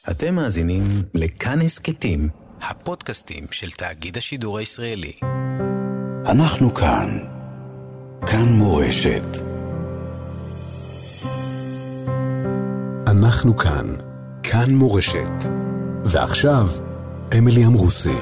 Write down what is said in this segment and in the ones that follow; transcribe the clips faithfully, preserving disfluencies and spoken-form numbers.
אתם מאזינים לכאן הסכתים, הפודקאסטים של תאגיד השידור הישראלי. אנחנו כאן, כאן מורשת. אנחנו כאן, כאן מורשת. ועכשיו, אמילי אמרוסי.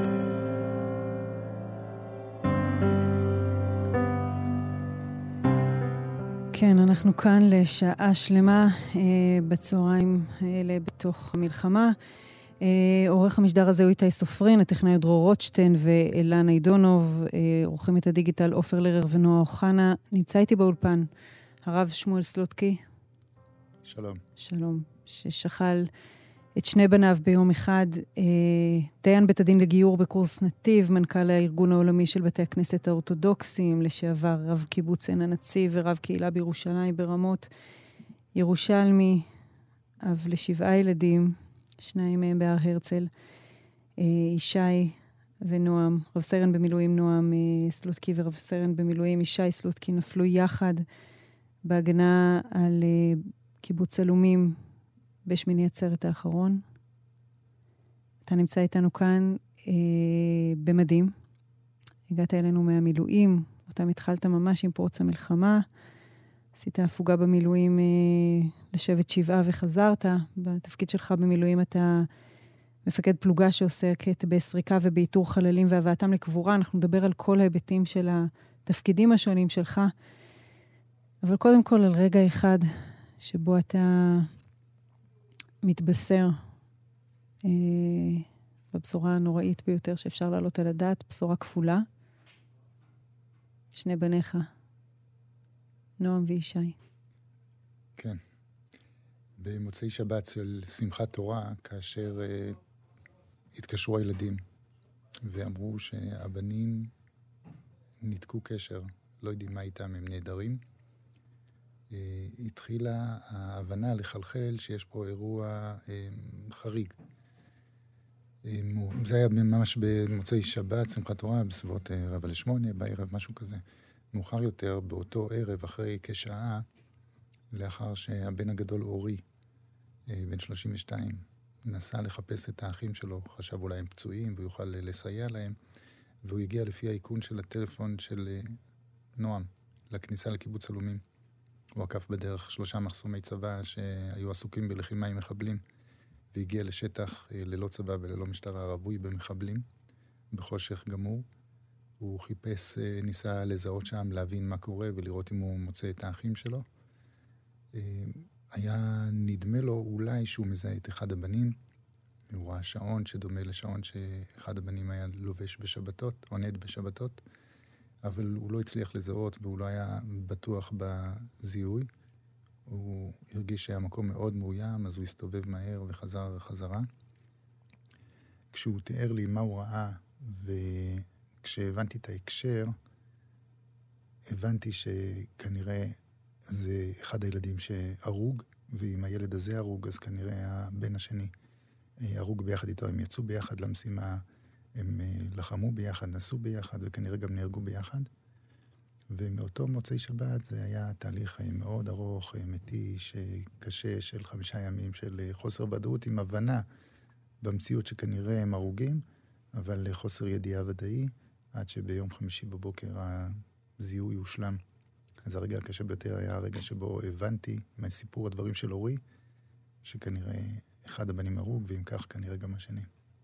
כן, אנחנו כאן לשעה שלמה אה, בצהריים האלה בתוך המלחמה. אה, עורך המשדר הזה הוא איתי סופרין, הטכנאי דרור רוטשטיין ואילנה עידונוב, אה, עורכים את הדיגיטל עופר לרר ונועה אוחנה. נמצא איתי באולפן הרב שמואל סלוטקי. שלום. שלום, ששכל את שני בניו ביום אחד. אה, דיין בית הדין לגיור בקורס נתיב, מנכ"ל הארגון העולמי של בתי הכנסת האורתודוקסיים, לשעבר רב קיבוץ עין הנציב ורב קהילה בירושלים ברמות, ירושלמי, אב לשבעה ילדים, שניים מהם בהר הרצל, אה, ישי ונועם, רב סרן במילואים נועם אה, סלוטקי ורב סרן במילואים ישי סלוטקי נפלו יחד בהגנה על אה, קיבוץ אלומים, בשמיני עצרת האחרון. אתה נמצא איתנו כאן אה, במדים. הגעת אלינו מהמילואים, אותם התחלת ממש עם פרוץ המלחמה. עשית הפוגה במילואים אה, לשבת שבעה וחזרת. בתפקיד שלך במילואים אתה מפקד פלוגה שעוסקת בסריקה ובאיתור חללים והבאתם לקבורה. אנחנו נדבר על כל ההיבטים של התפקידים השונים שלך. אבל קודם כל על רגע אחד שבו אתה מתבשר אה, בבשורה הנוראית ביותר שאפשר לעלות על הדעת, בשורה כפולה. שני בניך, נועם וישי. כן. במוצאי שבת של שמחת תורה, כאשר אה, התקשרו הילדים ואמרו שהבנים ניתקו קשר, לא יודעים מה איתם, הם נהדרים. התחילה ההבנה לחלחל שיש פה אירוע אה, חריג. אה, זה היה ממש במוצאי שבת, שמחת תורה, בסביבות אה, רבע לשמונה, בערב, משהו כזה. מאוחר יותר, באותו ערב, אחרי כשעה, לאחר שהבן הגדול אורי, אה, בן שלושים ושתיים, נסע לחפש את האחים שלו, חשב אולי הם פצועים ויוכל לסייע להם, והוא הגיע לפי האיכון של הטלפון של אה, נועם, לכניסה לקיבוץ אלומים. הוא עקף בדרך שלושה מחסומי צבא שהיו עסוקים בלחימה עם מחבלים, והגיע לשטח ללא צבא וללא משטרה, רווי במחבלים, בחושך גמור. הוא חיפש, ניסה לזהות שם, להבין מה קורה ולראות אם הוא מוצא את האחים שלו. היה נדמה לו אולי שהוא מזהה את אחד הבנים. הוא ראה שעון שדומה לשעון שאחד הבנים היה לובש בשבתות, עונד בשבתות. אבל הוא לא הצליח לזהות והוא לא היה בטוח בזיהוי. הוא הרגיש שהמקום מאוד מאוים, אז הוא הסתובב מהר וחזר חזרה. כשהוא תיאר לי מה הוא ראה, וכשהבנתי את ההקשר, הבנתי שכנראה זה אחד הילדים שהרוג, ואם הילד הזה הרוג, אז כנראה הבן השני הרוג ביחד איתו. הם יצאו ביחד למשימה, הם לחמו ביחד, נסו ביחד, וכנראה גם נהרגו ביחד. ומאותו מוצאי שבת זה היה תהליך מאוד ארוך, מתיש, קשה, של חמישה ימים של חוסר ודאות, עם הבנה במציאות שכנראה הם הרוגים, אבל חוסר ידיעה ודאי, עד שביום חמישי בבוקר הזיהוי הושלם. אז הרגע הקשה ביותר היה הרגע שבו הבנתי מהסיפור הדברים של אורי, שכנראה אחד הבנים הרוג, ואם כך כנראה גם השני.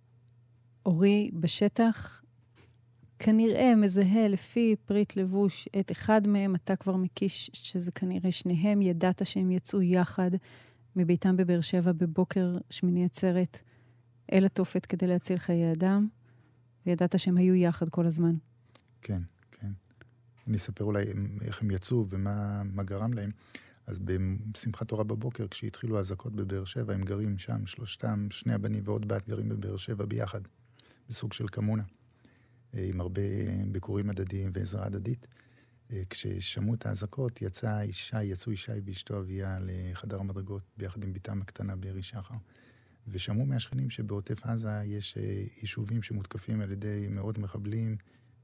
אורי בשטח כנראה מזהה לפי פריט לבוש את אחד מהם, אתה כבר מקיש שזה כנראה שניהם, ידעת שהם יצאו יחד מביתם בבאר שבע בבוקר שמיני עצרת אל התופת כדי להציל חיי אדם, וידעת שהם היו יחד כל הזמן. כן, כן. אני אספר אולי איך הם יצאו ומה מה גרם להם. אז בשמחת תורה בבוקר, כשהתחילו האזעקות בבאר שבע, הם גרים שם, שלושתם, שני הבנים ועוד בת גרים בבאר שבע ביחד. בסוג של קמונה, עם הרבה ביקורים הדדיים ועזרה הדדית. כששמעו את האזעקות, יצא אישה, יצאו אישה ואשתו אביה לחדר המדרגות, ביחד עם ביתם הקטנה בארי שחר. ושמעו מהשכנים שבעוטף עזה יש יישובים שמותקפים על ידי מאות מחבלים,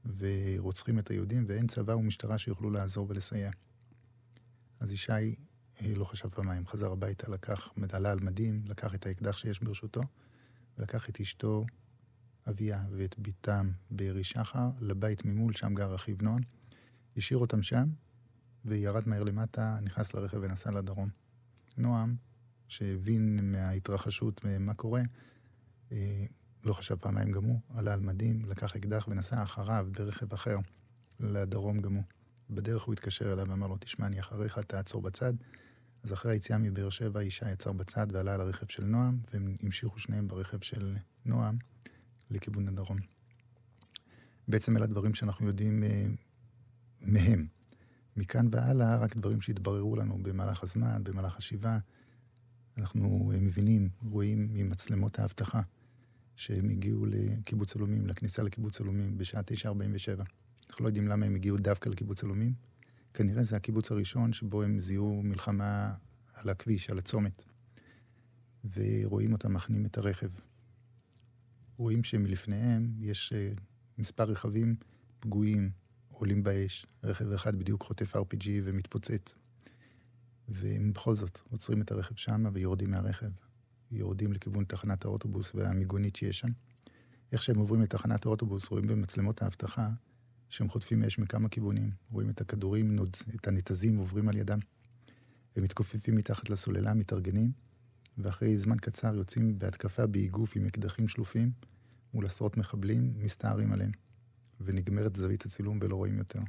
ורוצחים את היהודים, ואין צבא ומשטרה שיוכלו לעזור ולסייע. אז ישי לא חשב פעמיים, חזר הביתה, לקח, עלה על מדים, לקח את האקדח שיש ברשותו, ולקח את אשתו, אביה ואת ביתם בארי שחר, לבית ממול, שם גר אחיו נועם, השאיר אותם שם, וירד מהר למטה, נכנס לרכב ונסע לדרום. נועם, שהבין מההתרחשות מה קורה, לא חשב פעמיים גם הוא, עלה על מדים, לקח אקדח ונסע אחריו ברכב אחר לדרום גם הוא. בדרך הוא התקשר אליו ואמר לו, תשמע, אני אחריך, תעצור בצד. אז אחרי היציאה מבאר שבע, אישה יצר בצד ועלה על הרכב של נועם, והם המשיכו שניהם ברכב של נועם לכיוון הדרום. בעצם אלה הדברים שאנחנו יודעים אה, מהם. מכאן והלאה, רק דברים שהתבררו לנו במהלך הזמן, במהלך השיבה. אנחנו אה, מבינים, רואים ממצלמות ההבטחה, שהם הגיעו לקיבוץ אלומים, לכניסה לקיבוץ אלומים, בשעה תשע ארבעים ושבע. אנחנו לא יודעים למה הם הגיעו דווקא לקיבוץ אלומים. כנראה זה הקיבוץ הראשון שבו הם זיהו מלחמה על הכביש, על הצומת. ורואים אותם מכנים את הרכב. רואים שמלפניהם יש uh, מספר רכבים פגועים, עולים באש. רכב אחד בדיוק חוטף אר פי ג'י ומתפוצץ. והם בכל זאת עוצרים את הרכב שם ויורדים מהרכב. יורדים לכיוון תחנת האוטובוס והמיגונית שיש שם. איך שהם עוברים לתחנת האוטובוס, רואים במצלמות ההבטחה שהם חוטפים אש מכמה כיוונים. רואים את הכדורים, נודז, את הנתזים עוברים על ידם. הם מתכופפים מתחת לסוללה, מתארגנים, ואחרי זמן קצר יוצאים בהתקפה באיגוף עם אקדחים שלופים, מול עשרות מחבלים, מסתערים עליהם. ונגמרת זווית הצילום ולא רואים יותר.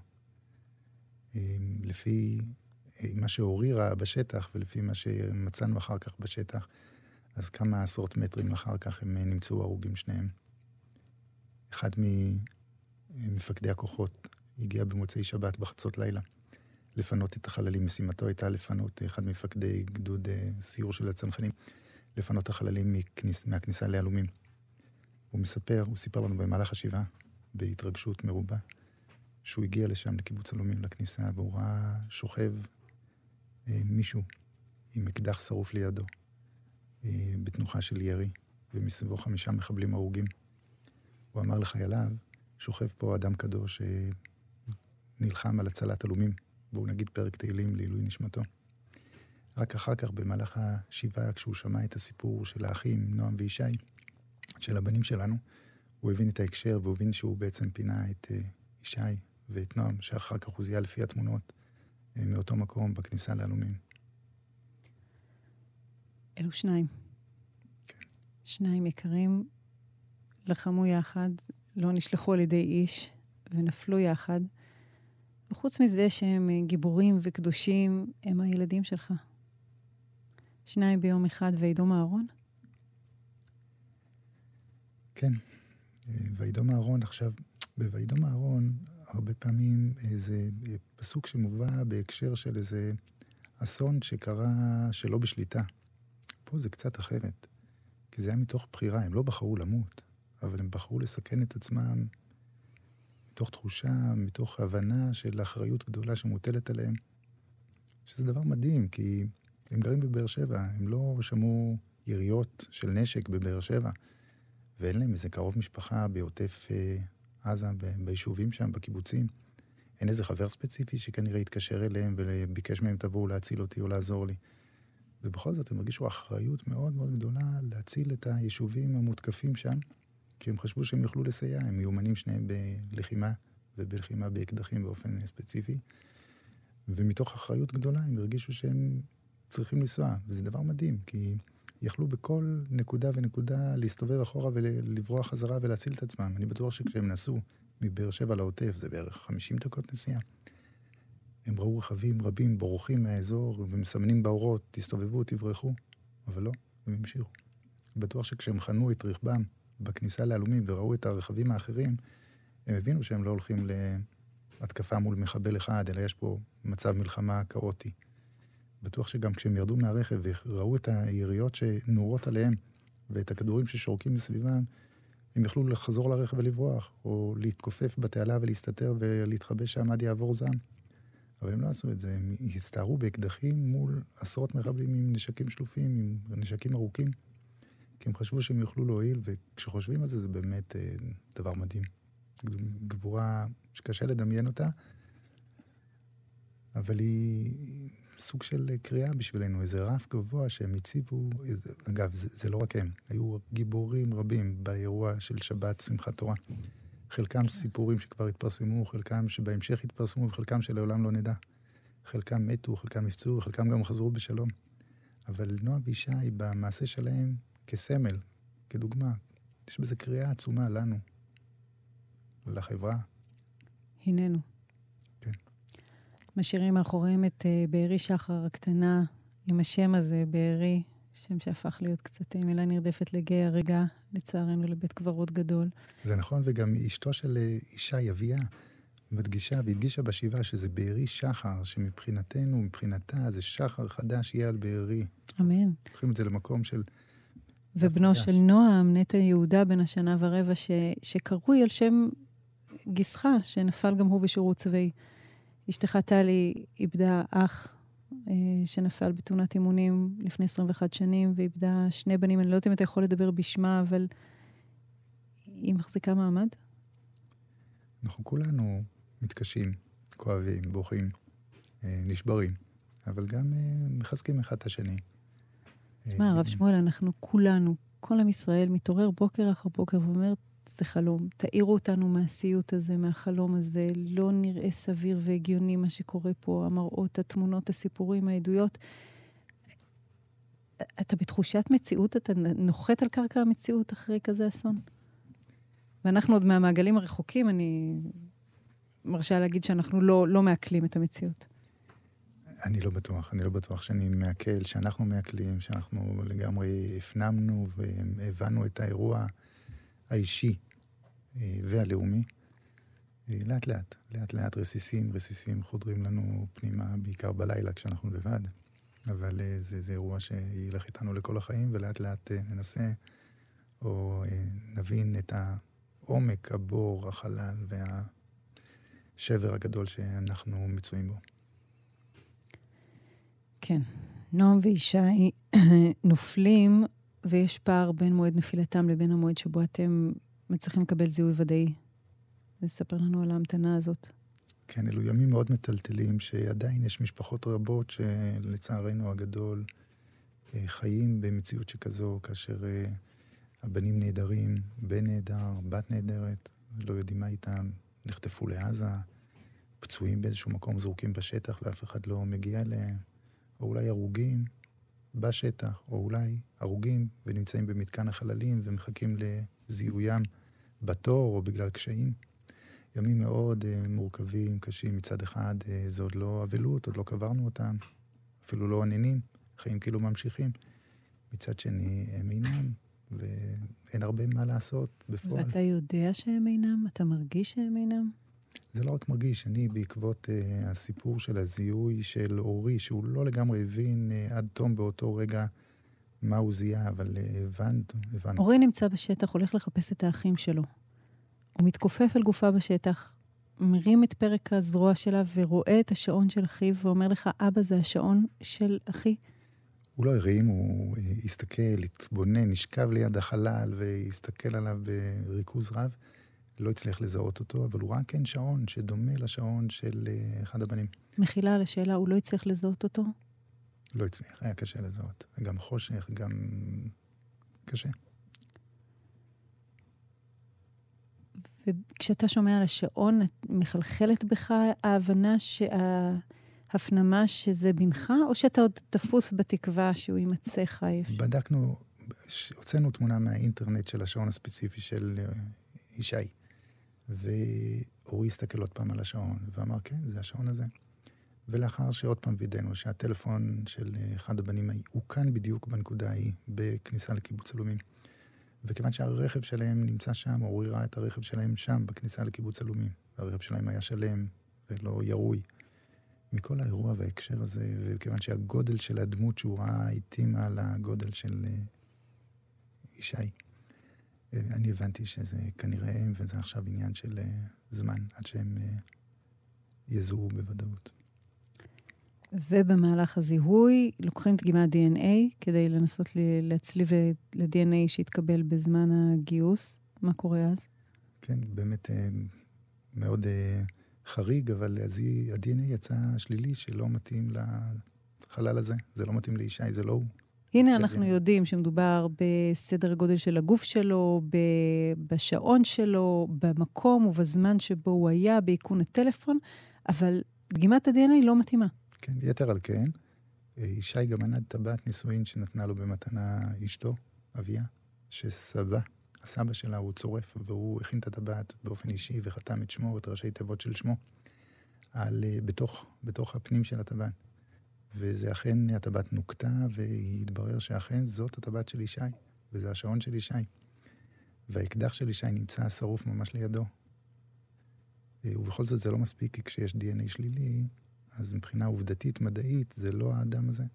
לפי מה שהורי ראה בשטח, ולפי מה שמצאנו אחר כך בשטח, אז כמה עשרות מטרים אחר כך הם נמצאו הרוגים שניהם. אחד ממפקדי הכוחות הגיע במוצאי שבת בחצות לילה לפנות את החללים. משימתו הייתה לפנות, אחד מפקדי גדוד סיור של הצנחנים, לפנות את החללים מכניס, מהכניסה להלומים. הוא מספר, הוא סיפר לנו במהלך השבעה, בהתרגשות מרובה, שהוא הגיע לשם לקיבוץ אלומים, לכניסה, והוא ראה שוכב אה, מישהו עם אקדח שרוף לידו, אה, בתנוחה של ירי, ומסביבו חמישה מחבלים הרוגים. הוא אמר לחייליו, שוכב פה אדם קדוש שנלחם על הצלת אלומים. בואו נגיד פרק תהילים לעילוי נשמתו. רק אחר כך, במהלך השבעה, כשהוא שמע את הסיפור של האחים, נועם וישי, של הבנים שלנו, הוא הבין את ההקשר, והוא הבין שהוא בעצם פינה את ישי ואת נועם, שאחר כך הוא זיהה לפי התמונות מאותו מקום בכניסה לאלומים. אלו שניים. כן. שניים יקרים, לחמו יחד, לא נשלחו על ידי איש, ונפלו יחד. וחוץ מזה שהם גיבורים וקדושים, הם הילדים שלך. שניים ביום אחד, וידום אהרון? כן. וידום אהרון, עכשיו, בוידום אהרון, הרבה פעמים איזה פסוק שמובא בהקשר של איזה אסון שקרה שלא בשליטה. פה זה קצת אחרת. כי זה היה מתוך בחירה, הם לא בחרו למות, אבל הם בחרו לסכן את עצמם מתוך תחושה, מתוך הבנה של אחריות גדולה שמוטלת עליהם. שזה דבר מדהים, כי הם גרים בבאר שבע, הם לא שמעו יריות של נשק בבאר שבע, ואין להם איזה קרוב משפחה בעוטף אה, עזה, ביישובים שם, בקיבוצים. אין איזה חבר ספציפי שכנראה התקשר אליהם וביקש מהם תבואו להציל אותי או לעזור לי. ובכל זאת הם הרגישו אחריות מאוד מאוד גדולה להציל את היישובים המותקפים שם, כי הם חשבו שהם יוכלו לסייע, הם מיומנים שניהם בלחימה ובלחימה באקדחים באופן ספציפי, ומתוך אחריות גדולה הם הרגישו שהם צריכים לנסוע, וזה דבר מדהים, כי יכלו בכל נקודה ונקודה להסתובב אחורה ולברוח חזרה ולהציל את עצמם. אני בטוח שכשהם נסעו מבאר שבע לעוטף, זה בערך חמישים דקות נסיעה, הם ראו רכבים רבים בורחים מהאזור ומסמנים באורות, תסתובבו, תברחו, אבל לא, הם המשיכו. בטוח שכשהם חנו את רכבם בכניסה לאלומים וראו את הרכבים האחרים, הם הבינו שהם לא הולכים להתקפה מול מחבל אחד, אלא יש פה מצב מלחמה כאוטי. בטוח שגם כשהם ירדו מהרכב וראו את היריות שנורות עליהם ואת הכדורים ששורקים מסביבם, הם יכלו לחזור לרכב ולברוח, או להתכופף בתעלה ולהסתתר ולהתחבא שם עד יעבור זעם. אבל הם לא עשו את זה, הם הסתערו באקדחים מול עשרות מחבלים עם נשקים שלופים, עם נשקים ארוכים, כי הם חשבו שהם יוכלו להועיל, וכשחושבים על זה, זה באמת אה, דבר מדהים. גבורה שקשה לדמיין אותה, אבל היא, סוג של קריאה בשבילנו, איזה רף גבוה שהם הציבו, אגב, זה, זה לא רק הם, היו גיבורים רבים באירוע של שבת שמחת תורה. חלקם סיפורים שכבר התפרסמו, חלקם שבהמשך התפרסמו, וחלקם שלעולם לא נדע. חלקם מתו, חלקם נפצעו, חלקם גם חזרו בשלום. אבל נועה וישי, במעשה שלהם, כסמל, כדוגמה, יש בזה קריאה עצומה לנו, לחברה. הננו. כן. משאירים מאחוריהם את uh, בארי שחר הקטנה, עם השם הזה, בארי, שם שהפך להיות קצת מילה נרדפת לגיא הרגע, לצערנו לבית קברות גדול. זה נכון, וגם אשתו של אישה אביה, מדגישה והדגישה בשבעה שזה בארי שחר, שמבחינתנו, מבחינתה, זה שחר חדש יהיה על בארי. אמן. לוקחים את זה למקום של... ובנו של נועם, נטע יהודה בן השנה ורבע, ש... שקרוי על שם גיסך, שנפל גם הוא בשירות צבאי. אשתך טלי איבדה אח, שנפל בתאונת אימונים לפני עשרים ואחת שנים, ואיבדה שני בנים. אני לא יודעת אם אתה יכול לדבר בשמה, אבל היא מחזיקה מעמד? אנחנו כולנו מתקשים, כואבים, בוכים, נשברים, אבל גם מחזקים אחד את השני. מה, הרב שמואל, אנחנו כולנו, כל עם ישראל מתעורר בוקר אחר בוקר ואומר, זה חלום, תאירו אותנו מהסיוט הזה, מהחלום הזה, לא נראה סביר והגיוני מה שקורה פה, המראות, התמונות, הסיפורים, העדויות. אתה בתחושת מציאות, אתה נוחת על קרקע המציאות אחרי כזה אסון? ואנחנו עוד מהמעגלים הרחוקים, אני מרשה להגיד שאנחנו לא, לא מעכלים את המציאות. אני לא בטוח, אני לא בטוח שאני מעכל, שאנחנו מעכלים, שאנחנו לגמרי הפנמנו והבנו את האירוע האישי והלאומי. לאט לאט, לאט לאט רסיסים, רסיסים חודרים לנו פנימה, בעיקר בלילה כשאנחנו לבד. אבל זה, זה אירוע שילך איתנו לכל החיים, ולאט לאט ננסה או נבין את העומק, הבור, החלל והשבר הגדול שאנחנו מצויים בו. כן. נועם וישי נופלים, ויש פער בין מועד נפילתם לבין המועד שבו אתם מצליחים לקבל זיהוי ודאי. לספר לנו על ההמתנה הזאת. כן, אלו ימים מאוד מטלטלים, שעדיין יש משפחות רבות שלצערנו הגדול חיים במציאות שכזו, כאשר הבנים נהדרים, בן נהדר, בת נהדרת, לא יודעים מה איתם, נחטפו לעזה, פצועים באיזשהו מקום, זרוקים בשטח ואף אחד לא מגיע אליהם, או אולי הרוגים בשטח, או אולי הרוגים ונמצאים במתקן החללים ומחכים לזיהוים בתור או בגלל קשיים. ימים מאוד uh, מורכבים, קשים מצד אחד, uh, זה עוד לא אבלות, עוד לא קברנו אותם, אפילו לא עננים, חיים כאילו ממשיכים. מצד שני, הם אינם, ואין הרבה מה לעשות בפועל. ואתה יודע שהם אינם? אתה מרגיש שהם אינם? זה לא רק מרגיש, אני בעקבות uh, הסיפור של הזיהוי של אורי, שהוא לא לגמרי הבין uh, עד תום באותו רגע מה הוא זיהה, אבל uh, הבנו, הבנו. אורי נמצא בשטח, הולך לחפש את האחים שלו. הוא מתכופף על גופה בשטח, מרים את פרק הזרוע שלה ורואה את השעון של אחיו, ואומר לך, אבא, זה השעון של אחי? הוא לא הרים, הוא הסתכל, התבונן, נשכב ליד החלל, והסתכל עליו בריכוז רב. לא הצליח לזהות אותו, אבל הוא ראה כן שעון שדומה לשעון של אחד הבנים. מחילה על השאלה, הוא לא הצליח לזהות אותו? לא הצליח, היה קשה לזהות. גם חושך, גם קשה. וכשאתה שומע על השעון, מחלחלת בך ההבנה, ההפנמה שזה בנך, או שאתה עוד תפוס בתקווה שהוא יימצא חי? בדקנו, הוצאנו תמונה מהאינטרנט של השעון הספציפי של ישי, והוא הסתכל עוד פעם על השעון, ואמר, כן, זה השעון הזה. ולאחר שעוד פעם וידאנו שהטלפון של אחד הבנים הוא כאן בדיוק בנקודה ההיא, בכניסה לקיבוץ אלומים. וכיוון שהרכב שלהם נמצא שם, או הוא ראה את הרכב שלהם שם, בכניסה לקיבוץ אלומים. והרכב שלהם היה שלם ולא ירוי. מכל האירוע וההקשר הזה, וכיוון שהגודל של הדמות שהוא ראה התאימה על הגודל של ישי, אני הבנתי שזה כנראה הם, וזה עכשיו עניין של זמן, עד שהם יזוהו בוודאות. ובמהלך הזיהוי לוקחים דגימת די אן איי כדי לנסות להצליב ל-די אן איי שהתקבל בזמן הגיוס. מה קורה אז? כן, באמת מאוד חריג, אבל ה-די אן איי יצא שלילי שלא מתאים החלל הזה, זה לא מתאים לישי, זה לא הוא. הנה אנחנו יודעים שמדובר בסדר גודל של הגוף שלו, בשעון שלו, במקום ובזמן שבו הוא היה, באיכון הטלפון, אבל דגימת ה-די אן איי לא מתאימה. כן, יתר על כן, ישי גם ענד טבעת נישואין שנתנה לו במתנה אשתו, אביה, שסבא, הסבא שלה הוא צורף, והוא הכין את הטבעת באופן אישי וחתם את שמו ואת ראשי תיבות של שמו, על, בתוך, בתוך הפנים של הטבעת. וזה אכן, הטבעת נוקטה, והתברר שאכן זאת הטבעת של ישי, וזה השעון של ישי. והאקדח של ישי נמצא שרוף ממש לידו. ובכל זאת זה לא מספיק, כי כשיש די אן איי שלילי, אז מבחינה עובדתית, מדעית, זה לא האדם הזה.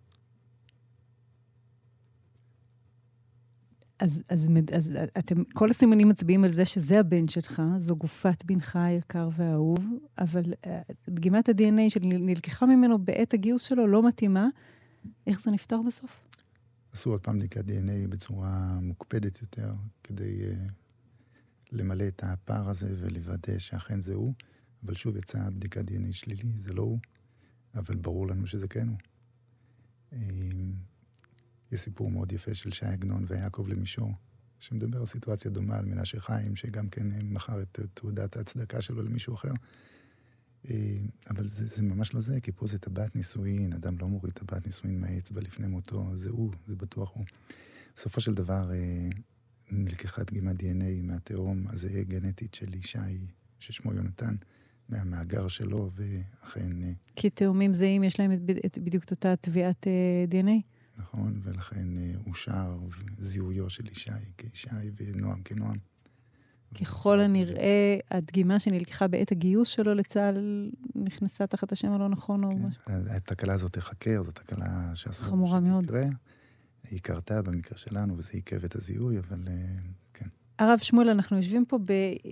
אז, אז, אז אתם, כל הסימנים מצביעים על זה שזה הבן שלך, זו גופת בנך היקר והאהוב, אבל דגימת ה-די אן איי שנלקחה ממנו בעת הגיוס שלו לא מתאימה. איך זה נפתר בסוף? עשו עוד פעם בדיקת די אן איי בצורה מוקפדת יותר, כדי uh, למלא את הפער הזה ולוודא שאכן זה הוא, אבל שוב יצא בדיקת די אן איי שלילי, זה לא הוא, אבל ברור לנו שזה כן הוא. Uh, יש סיפור מאוד יפה של שי עגנון ויעקב למישור, שמדבר על סיטואציה דומה על מנשה חיים, שגם כן מכר את תעודת ההצדקה שלו למישהו אחר. אבל זה, זה ממש לא זה, כי פה זה טבעת נישואין, אדם לא מוריד טבעת נישואין מהאצבע לפני מותו, זה הוא, זה בטוח הוא. בסופו של דבר, נלקחה דגימת די אן איי מהתאום הזהה גנטית של ישי, ששמו יונתן, מהמאגר שלו, ואכן... כי תאומים זהים יש להם את, בדיוק אותה טביעת די אן איי? נכון, ולכן אושר זיהויו של ישי כישי ונועם כנועם. ככל הנראה, הדגימה שנלקחה בעת הגיוס שלו לצה"ל נכנסה תחת השם הלא נכון או משהו. התקלה הזאת תחקר, זו תקלה שאסור חמורה מאוד. היא קרתה במקרה שלנו, וזה עיכב את הזיהוי, אבל כן. הרב שמואל, אנחנו יושבים פה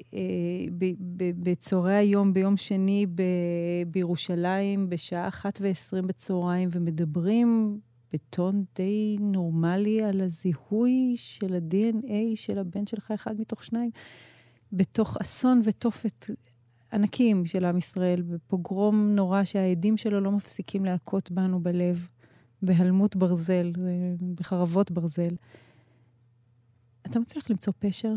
בצהרי היום, ביום שני בירושלים, בשעה אחת ועשרים בצהריים, ומדברים בטון די נורמלי על הזיהוי של ה-די אן איי של הבן שלך, אחד מתוך שניים, בתוך אסון ותופת ענקים של עם ישראל, בפוגרום נורא שהעדים שלו לא מפסיקים להכות בנו בלב, בהלמות ברזל, בחרבות ברזל. אתה מצליח למצוא פשר?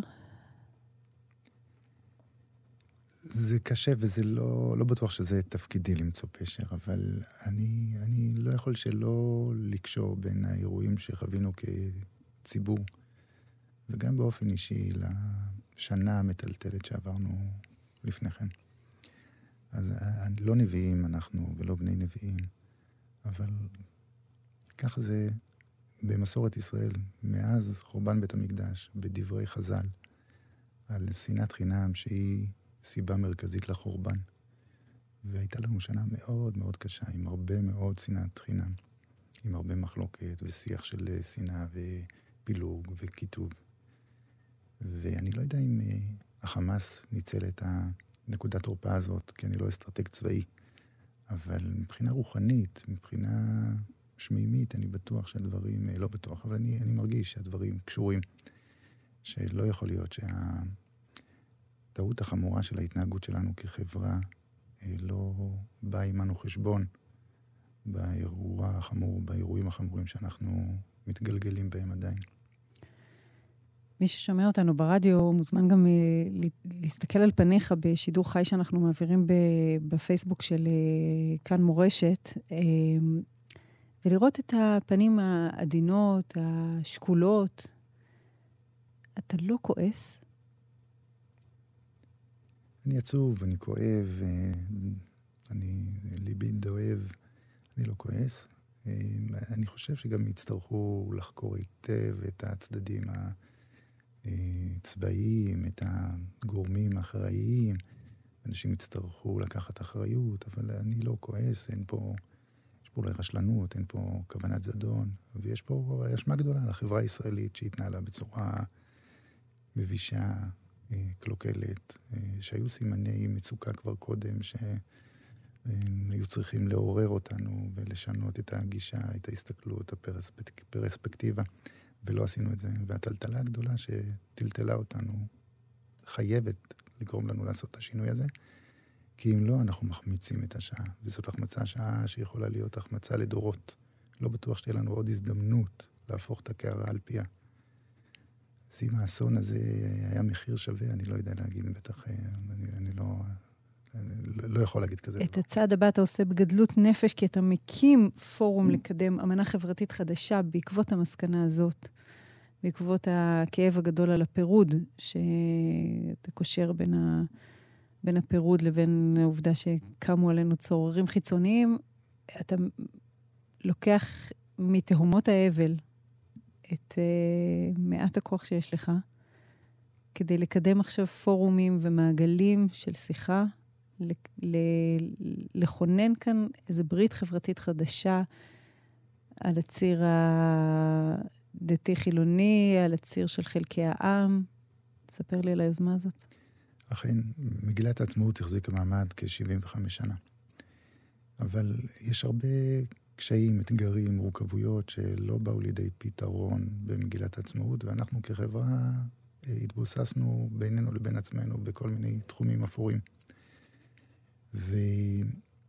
זה קשה, וזה לא, לא בטוח שזה תפקידי למצוא פשר, אבל אני, אני לא יכול שלא לקשור בין האירועים שחווינו כציבור, וגם באופן אישי לשנה המטלטלת שעברנו לפני כן. אז לא נביאים אנחנו, ולא בני נביאים, אבל ככה זה במסורת ישראל, מאז חורבן בית המקדש, בדברי חז"ל, על שנאת חינם שהיא סיבה מרכזית לחורבן. והייתה לנו שנה מאוד מאוד קשה, עם הרבה מאוד שנאת חינם, עם הרבה מחלוקת ושיח של שנאה ופילוג וכיתוב. ואני לא יודע אם החמאס ניצל את הנקודת תורפה הזאת, כי אני לא אסטרטג צבאי, אבל מבחינה רוחנית, מבחינה שמימית, אני בטוח שהדברים, לא בטוח, אבל אני, אני מרגיש שהדברים קשורים, שלא יכול להיות שה... הטעות החמורה של ההתנהגות שלנו כחברה לא באה עמנו חשבון באירוע החמור, באירועים החמורים שאנחנו מתגלגלים בהם עדיין. מי ששומע אותנו ברדיו מוזמן גם להסתכל על פניך בשידור חי שאנחנו מעבירים בפייסבוק של כאן מורשת, ולראות את הפנים העדינות, השקולות. אתה לא כועס? אני עצוב, אני כואב, אני ליבי דואב, אני לא כועס. אני חושב שגם יצטרכו לחקור היטב את הצדדים הצבאיים, את הגורמים האחראיים. אנשים יצטרכו לקחת אחריות, אבל אני לא כועס, אין פה, יש פה אולי רשלנות, אין פה כוונת זדון, ויש פה אשמה גדולה לחברה הישראלית שהתנהלה בצורה מבישה, קלוקלת, שהיו סימני מצוקה כבר קודם, שהיו צריכים לעורר אותנו ולשנות את הגישה, את ההסתכלות, הפרספקטיבה, ולא עשינו את זה. והטלטלה הגדולה שטלטלה אותנו חייבת לגרום לנו לעשות את השינוי הזה, כי אם לא, אנחנו מחמיצים את השעה, וזאת החמצה שעה שיכולה להיות החמצה לדורות לא בטוח שתהיה לנו עוד הזדמנות להפוך את הקערה על פיה. אז אם האסון הזה היה מחיר שווה, אני לא יודע להגיד, בטח, אני, אני לא, אני לא יכול להגיד כזה. את הצעד הבא אתה עושה בגדלות נפש, כי אתה מקים פורום לקדם אמנה חברתית חדשה בעקבות המסקנה הזאת, בעקבות הכאב הגדול על הפירוד, שאתה קושר בין, ה, בין הפירוד לבין העובדה שקמו עלינו צוררים חיצוניים, אתה לוקח מתהומות האבל את uh, מעט הכוח שיש לך, כדי לקדם עכשיו פורומים ומעגלים של שיחה, ל- ל- לכונן כאן איזו ברית חברתית חדשה על הציר הדתי-חילוני, על הציר של חלקי העם. תספר לי על היוזמה הזאת. אכן, מגילת העצמאות החזיקה מעמד כ-שבעים וחמש שנה. אבל יש הרבה קשיים, אתגרים, מורכבויות שלא באו לידי פתרון במגילת העצמאות, ואנחנו כחברה התבוססנו בינינו לבין עצמנו בכל מיני תחומים אפורים. וזה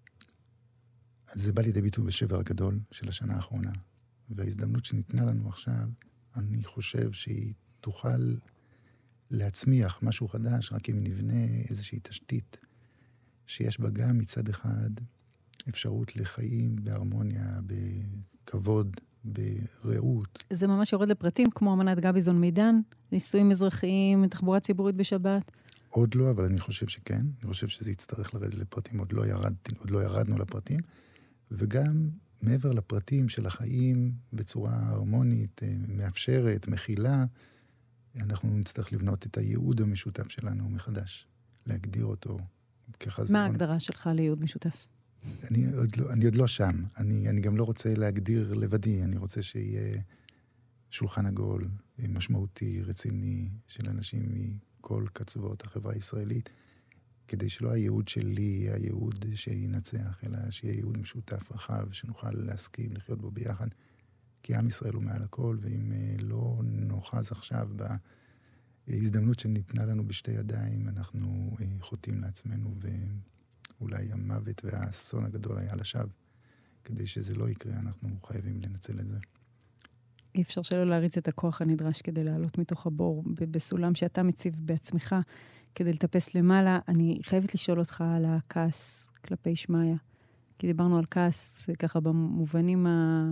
בא לידי ביטוי בשבר הגדול של השנה האחרונה. וההזדמנות שניתנה לנו עכשיו, אני חושב שהיא תוכל להצמיח משהו חדש, רק אם נבנה איזושהי תשתית, שיש בה גם מצד אחד אפשרות לחיים בהרמוניה, בכבוד, ברעות. זה ממש יורד לפרטים, כמו אמנת גביזון מידן, ניסויים אזרחיים, תחבורה ציבורית בשבת. עוד לא, אבל אני חושב שכן. אני חושב שזה יצטרך לרדת לפרטים, עוד לא, ירד, עוד לא ירדנו לפרטים. וגם מעבר לפרטים של החיים בצורה הרמונית, מאפשרת, מכילה, אנחנו נצטרך לבנות את הייעוד המשותף שלנו מחדש, להגדיר אותו כחזון. מה ההגדרה שלך לייעוד משותף? אני עוד לא, אני עוד לא שם. אני, אני גם לא רוצה להגדיר לבדי. אני רוצה שיהיה שולחן עגול, משמעותי, רציני, של אנשים מכל קצוות החברה הישראלית, כדי שלא הייעוד שלי יהיה הייעוד שינצח, אלא שיהיה ייעוד משותף רחב, שנוכל להסכים לחיות בו ביחד. כי עם ישראל הוא מעל הכל, ואם לא נוחז עכשיו בהזדמנות שניתנה לנו בשתי ידיים, אנחנו חוטאים לעצמנו, ואולי המוות והאסון הגדול היה לשווא. כדי שזה לא יקרה, אנחנו חייבים לנצל את זה. אי אפשר שלא להריץ את הכוח הנדרש כדי לעלות מתוך הבור בסולם שאתה מציב בעצמך, כדי לטפס למעלה. אני חייבת לשאול אותך על הכעס כלפי שמעיה. כי דיברנו על כעס ככה במובנים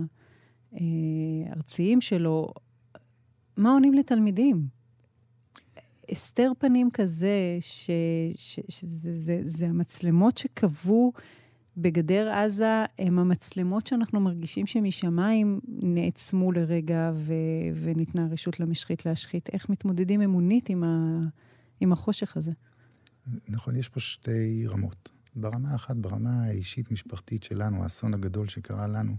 הארציים שלו. מה עונים לתלמידים? הסתר פנים כזה, ש, ש, שזה זה, זה המצלמות שקבעו בגדר עזה, הם המצלמות שאנחנו מרגישים שמשמיים נעצמו לרגע ו, וניתנה רשות למשחית להשחית. איך מתמודדים אמונית עם, ה, עם החושך הזה? נכון, יש פה שתי רמות. ברמה אחת, ברמה האישית משפחתית שלנו, האסון הגדול שקרה לנו.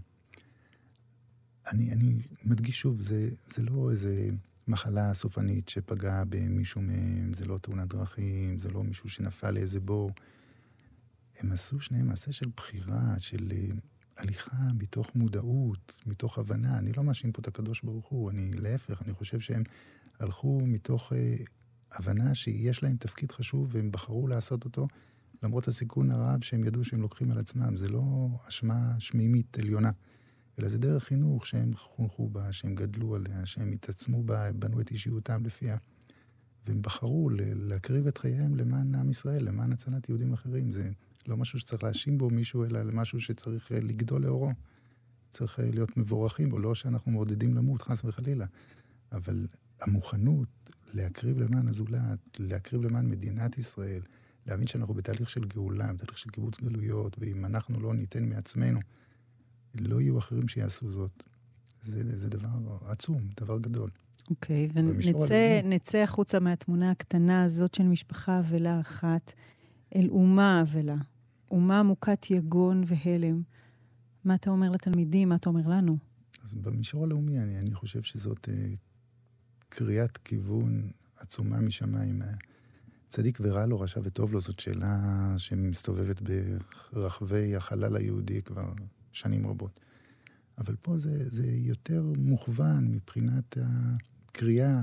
אני, אני מדגיש שוב, זה, זה לא איזה מחלה סופנית שפגעה במישהו מהם, זה לא תאונת דרכים, זה לא מישהו שנפל לאיזה בור. הם עשו שניהם מעשה של בחירה, של הליכה מתוך מודעות, מתוך הבנה. אני לא מאשים פה את הקדוש ברוך הוא, אני להפך, אני חושב שהם הלכו מתוך אה, הבנה שיש להם תפקיד חשוב, והם בחרו לעשות אותו, למרות הסיכון הרב שהם ידעו שהם לוקחים על עצמם. זה לא אשמה שמימית עליונה, אלא זה דרך חינוך שהם חונכו בה, שהם גדלו עליה, שהם התעצמו בה, בנו את אישיותם לפיה. והם בחרו להקריב את חייהם למען עם ישראל, למען הצלת יהודים אחרים. זה לא משהו שצריך להאשים בו מישהו, אלא למשהו שצריך לגדול לאורו. צריך להיות מבורכים בו, לא שאנחנו מעודדים למות, חס וחלילה. אבל המוכנות להקריב למען הזולת, להקריב למען מדינת ישראל, להבין שאנחנו בתהליך של גאולה, בתהליך של קיבוץ גלויות, ואם אנחנו לא ניתן מעצמנו, לא יהיו אחרים שיעשו זאת. זה, זה דבר עצום, דבר גדול. אוקיי, okay, ונצא החוצה מהתמונה הקטנה הזאת של משפחה אבלה אחת, אל אומה אבלה, אומה מוכת יגון והלם. מה אתה אומר לתלמידים? מה אתה אומר לנו? אז במישור הלאומי, אני, אני חושב שזאת אה, קריאת כיוון עצומה משמיים. צדיק ורע לו, רשע וטוב לו, זאת שאלה שמסתובבת ברחבי החלל היהודי כבר שנים רבות. אבל פה זה, זה יותר מוכוון מבחינת הקריאה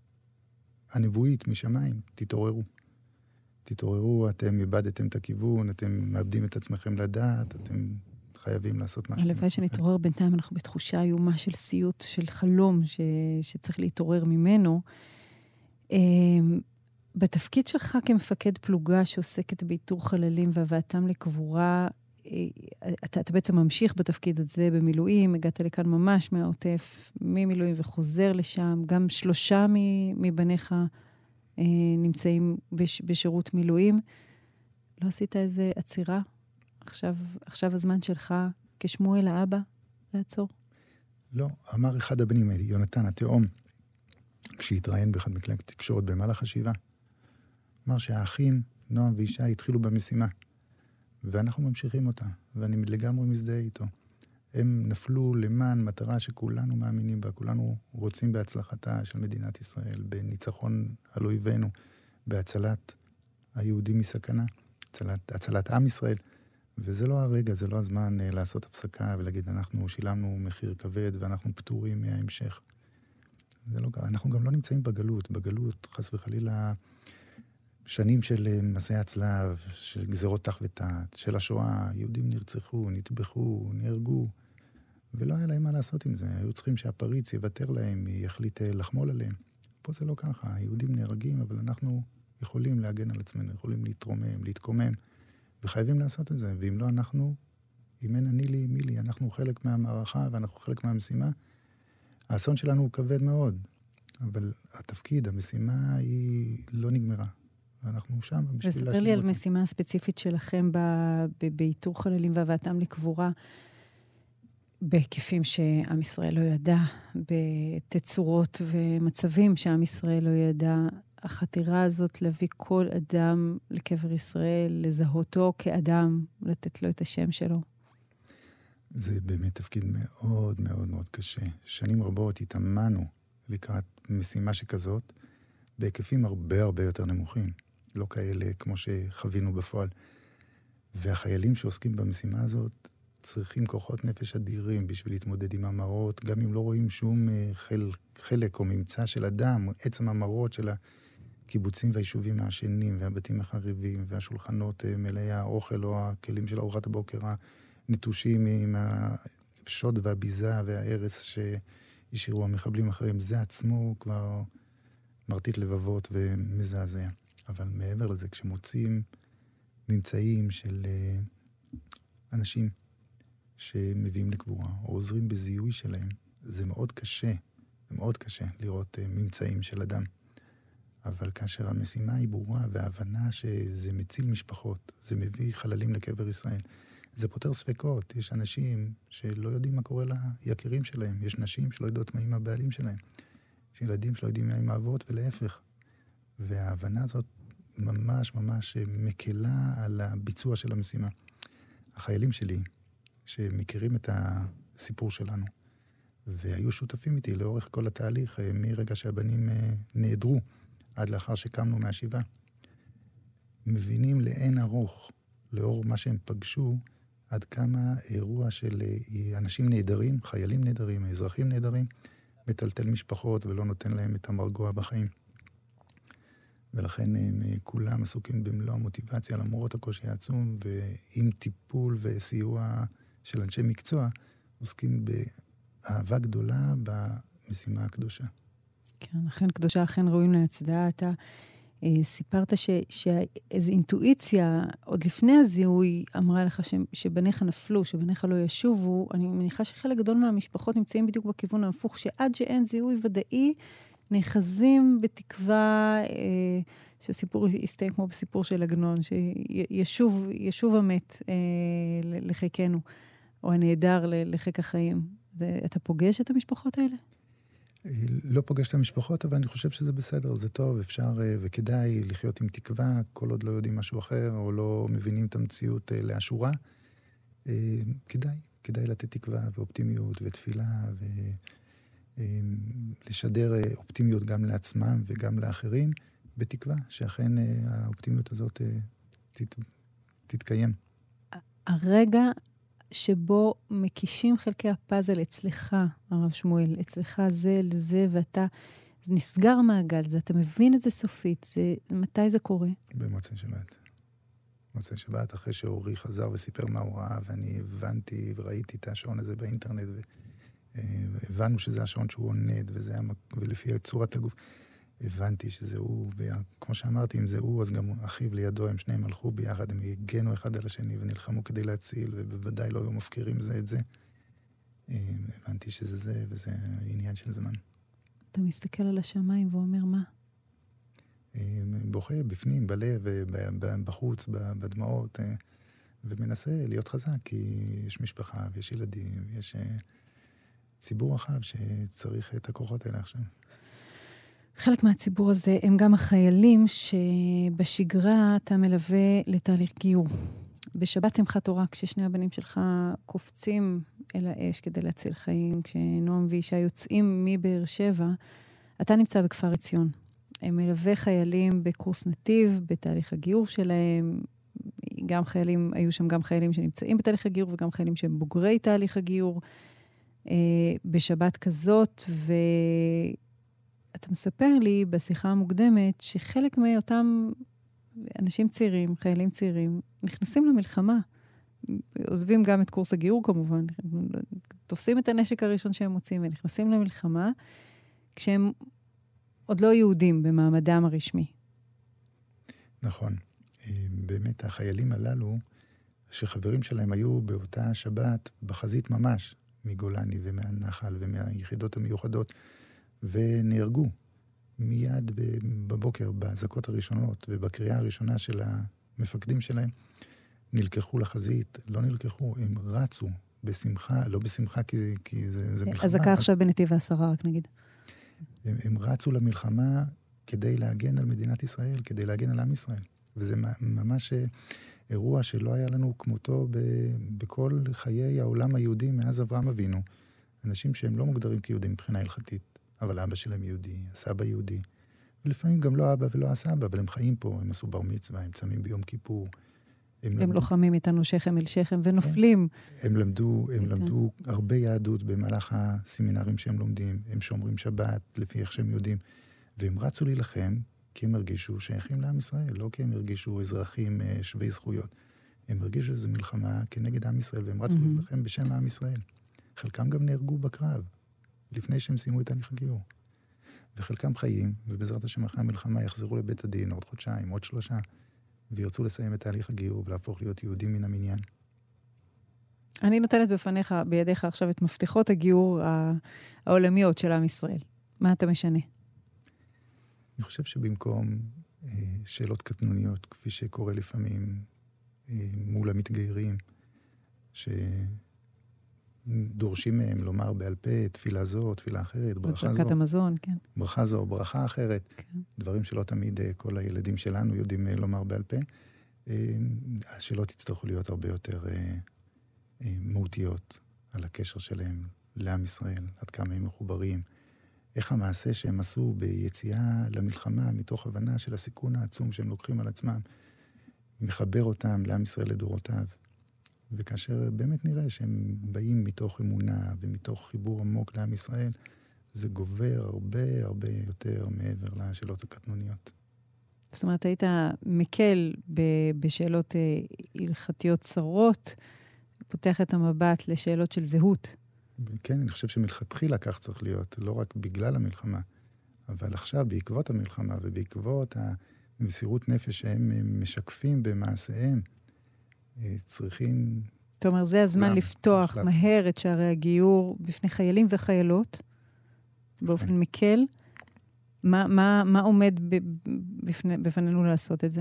הנבואית משמיים. תתעוררו. תתעוררו, אתם איבדתם את הכיוון, אתם מאבדים את עצמכם לדעת, אתם חייבים לעשות משהו. הלוואי שנתעורר בינתיים, אנחנו בתחושה איומה של סיוט, של חלום ש... שצריך להתעורר ממנו. בתפקיד שלך כמפקד פלוגה שעוסקת באיתור חללים והבאתם לקבורה, אתה, אתה בעצם ממשיך בתפקיד הזה במילואים, הגעת לכאן ממש מהעוטף, ממילואים וחוזר לשם, גם שלושה מבניך אה, נמצאים בש, בשירות מילואים. לא עשית איזה עצירה? עכשיו, עכשיו הזמן שלך כשמואל האבא לעצור? לא, אמר אחד הבנים, יונתן התאום, כשהתראיין באחד מכלי תקשורת במהלך השבעה, אמר שהאחים, נועם ואישה, התחילו במשימה. ואנחנו ממשיכים אותה, ואני לגמרי מזדהה איתו. הם נפלו למען מטרה שכולנו מאמינים בה, כולנו רוצים בהצלחתה של מדינת ישראל, בניצחון על אויבינו, בהצלת היהודים מסכנה, הצלת, הצלת עם ישראל. וזה לא הרגע, זה לא הזמן uh, לעשות הפסקה ולהגיד, אנחנו שילמנו מחיר כבד ואנחנו פטורים מההמשך. זה לא, אנחנו גם לא נמצאים בגלות. בגלות, חס וחלילה, שנים של מסעי הצלב, של גזרות תח ותת, של השואה, יהודים נרצחו, נטבחו, נהרגו, ולא היה להם מה לעשות עם זה. היו צריכים שהפריץ יוותר להם, יחליט לחמול עליהם. פה זה לא ככה, היהודים נהרגים, אבל אנחנו יכולים להגן על עצמנו, יכולים להתרומם, להתקומם, וחייבים לעשות את זה. ואם לא אנחנו, אם אין אני לי, מי לי, אנחנו חלק מהמערכה ואנחנו חלק מהמשימה, האסון שלנו הוא כבד מאוד, אבל התפקיד, המשימה היא לא נגמרה. ואנחנו שם בשביל להשלים אותם. וספר לי על משימה הספציפית שלכם באיתור חללים והבאתם לקבורה, בהיקפים שעם ישראל לא ידע, בתצורות ומצבים שעם ישראל לא ידע, החתירה הזאת להביא כל אדם לקבר ישראל, לזהותו כאדם, לתת לו את השם שלו. זה באמת תפקיד מאוד מאוד מאוד קשה. שנים רבות התאמנו לקראת משימה שכזאת, בהיקפים הרבה הרבה יותר נמוכים. לא כאלה כמו שחווינו בפועל. והחיילים שעוסקים במשימה הזאת צריכים כוחות נפש אדירים בשביל להתמודד עם המראות, גם אם לא רואים שום חל, חלק או ממצא של אדם, עצם המראות של הקיבוצים והיישובים העשנים והבתים החריבים והשולחנות מלאי האוכל או הכלים של ארוחת הבוקר הנטושים עם השוד והביזה וההרס שהשאירו המחבלים אחריהם. זה עצמו כבר מרטיט לבבות ומזעזע. אבל מעבר לזה, כשמוצאים ממצאים של אנשים שמביאים לקבורה, או עוזרים בזיהוי שלהם, זה מאוד קשה, זה מאוד קשה לראות ממצאים של אדם. אבל כאשר המשימה היא ברורה, וההבנה שזה מציל משפחות, זה מביא חללים לקבר ישראל, זה פותר ספקות. יש אנשים שלא יודעים מה קורה ליקירים שלהם, יש נשים שלא יודעות מה עם הבעלים שלהם, יש ילדים שלא יודעים מה עם האבות ולהפך. וההבנה הזאת ממש ממש מקלה על הביצוע של המשימה. החיילים שלי, שמכירים את הסיפור שלנו, והיו שותפים איתי לאורך כל התהליך, מרגע שהבנים נעדרו, עד לאחר שקמנו מהשיבה, מבינים לאין ארוך, לאור מה שהם פגשו, עד כמה אירוע של אנשים נהדרים, חיילים נהדרים, אזרחים נהדרים, מטלטל משפחות ולא נותן להם את המרגוע בחיים. ולכן הם כולם עסוקים במלוא המוטיבציה, למרות הקושי העצום, ועם טיפול וסיוע של אנשי מקצוע, עוסקים באהבה גדולה במשימה הקדושה. כן, אכן קדושה, אכן ראויים להצדעה. אתה אה, סיפרת ש, שאיזו אינטואיציה, עוד לפני הזיהוי, אמרה לך ש, שבניך נפלו, שבניך לא ישובו. אני מניחה שחלק גדול מהמשפחות נמצאים בדיוק בכיוון ההפוך, שעד שאין זיהוי ודאי, נחזים בתקווה אה, שסיפור יסתיים כמו בסיפור של עגנון, שישוב ישוב המת אה, לחיקנו, או הנהדר לחיק החיים. אתה פוגש את המשפחות האלה? לא פוגש את המשפחות, אבל אני חושב שזה בסדר, זה טוב, אפשר וכדאי לחיות עם תקווה, כל עוד לא יודעים משהו אחר, או לא מבינים את המציאות לאשורה. כדאי, כדאי לתת תקווה ואופטימיות ותפילה ו... לשדר אופטימיות גם לעצמם וגם לאחרים, בתקווה שאכן האופטימיות הזאת תת, תתקיים. הרגע שבו מקישים חלקי הפאזל אצלך, הרב שמואל, אצלך זה לזה, ואתה, זה נסגר מעגל, זה, אתה מבין את זה סופית, זה, מתי זה קורה? במוצאי שבת. מוצאי שבת, אחרי שאורי חזר וסיפר מה הוא ראה, ואני הבנתי וראיתי את השעון הזה באינטרנט, והבנו שזה השעון שהוא עונד, וזה, ולפי צורת הגוף, הבנתי שזה הוא, וכמו שאמרתי, אם זה הוא, אז גם אחיו לידו, הם שניהם הלכו ביחד, הם הגנו אחד על השני, ונלחמו כדי להציל, ובוודאי לא היו מפקירים זה את זה. הבנתי שזה זה, וזה עניין של זמן. אתה מסתכל על השמיים ואומר מה? בוכה בפנים, בלב, בחוץ, בדמעות, ומנסה להיות חזק, כי יש משפחה, ויש ילדים, ויש ציבור רחב שצריך את הכוחות האלה עכשיו. חלק מהציבור הזה הם גם החיילים שבשגרה אתה מלווה לתהליך גיור. בשבת שמחת תורה, כששני הבנים שלך קופצים אל האש כדי להציל חיים, כשנועם ואישה יוצאים מבאר שבע, אתה נמצא בכפר עציון. הם מלווה חיילים בקורס נתיב, בתהליך הגיור שלהם. גם חיילים, היו שם גם חיילים שנמצאים בתהליך הגיור, וגם חיילים שהם בוגרי תהליך הגיור. אה, בשבת כזאת, ואתה מספר לי בשיחה המוקדמת, שחלק מאותם אנשים צעירים, חיילים צעירים, נכנסים למלחמה. עוזבים גם את קורס הגיור כמובן. תופסים את הנשק הראשון שהם מוצאים, ונכנסים למלחמה, כשהם עוד לא יהודים במעמדם הרשמי. נכון. באמת החיילים הללו, שחברים שלהם היו באותה שבת בחזית ממש, מגולני ומהנחל ומהיחידות המיוחדות, ונהרגו מיד בבוקר, בהזקות הראשונות ובקריאה הראשונה של המפקדים שלהם, נלקחו לחזית, לא נלקחו, הם רצו בשמחה, לא בשמחה כי, כי זה, זה מלחמה. הזקה עכשיו בנתיב העשרה, רק נגיד. הם, הם רצו למלחמה כדי להגן על מדינת ישראל, כדי להגן על עם ישראל. וזה ממש אירוע שלא היה לנו כמותו ב, בכל חיי העולם היהודי מאז אברהם אבינו. אנשים שהם לא מוגדרים כיהודים מבחינה הלכתית, אבל אבא שלהם יהודי, הסבא יהודי. ולפעמים גם לא אבא ולא הסבא, אבל הם חיים פה, הם עשו בר מצווה, הם צמים ביום כיפור. הם, הם למדו... לוחמים איתנו שכם אל שכם ונופלים. כן. הם למדו, הם למדו הרבה יהדות במהלך הסמינרים שהם לומדים, הם שומרים שבת לפי איך שהם יודעים, והם רצו להילחם כי הם הרגישו שייכים לעם ישראל, לא כי הם הרגישו אזרחים שווי זכויות. הם הרגישו שזו מלחמה כנגד עם ישראל, והם רצו mm-hmm. להילחם בשם עם ישראל. חלקם גם נהרגו בקרב, לפני שהם סיימו את תהליך הגיור. וחלקם חיים, ובעזרת השם אחרי המלחמה יחזרו לבית הדין עוד חודשיים, עוד שלושה, וירצו לסיים את תהליך הגיור ולהפוך להיות יהודים מן המניין. אני נותנת בפניך, בידיך עכשיו את מפתחות הגיור העולמיות של עם ישראל. מה אתה משנה? אני חושב שבמקום אה, שאלות קטנוניות, כפי שקורה לפעמים אה, מול המתגיירים, שדורשים מהם לומר בעל פה תפילה זו, תפילה אחרת, ברכה זו. ברכת המזון, כן. ברכה זו, ברכה אחרת. כן. דברים שלא תמיד אה, כל הילדים שלנו יודעים אה, לומר בעל פה. אה, השאלות יצטרכו להיות הרבה יותר אה, אה, מהותיות על הקשר שלהם לעם ישראל, עד כמה הם מחוברים. איך המעשה שהם עשו ביציאה למלחמה, מתוך הבנה של הסיכון העצום שהם לוקחים על עצמם, מחבר אותם לעם ישראל לדורותיו. וכאשר באמת נראה שהם באים מתוך אמונה ומתוך חיבור עמוק לעם ישראל, זה גובר הרבה הרבה יותר מעבר לשאלות הקטנוניות. זאת אומרת, היית מקל בשאלות הלכתיות צרות, פותח את המבט לשאלות של זהות. כן, אני חושב שמלכתחילה כך צריך להיות, לא רק בגלל המלחמה, אבל עכשיו, בעקבות המלחמה ובעקבות המסירות נפש שהם משקפים במעשיהם, צריכים... זאת אומרת, זה הזמן לפתוח מהר את שערי הגיור בפני חיילים וחיילות, באופן מקל. מה, מה, מה עומד בפני, בפנינו לעשות את זה?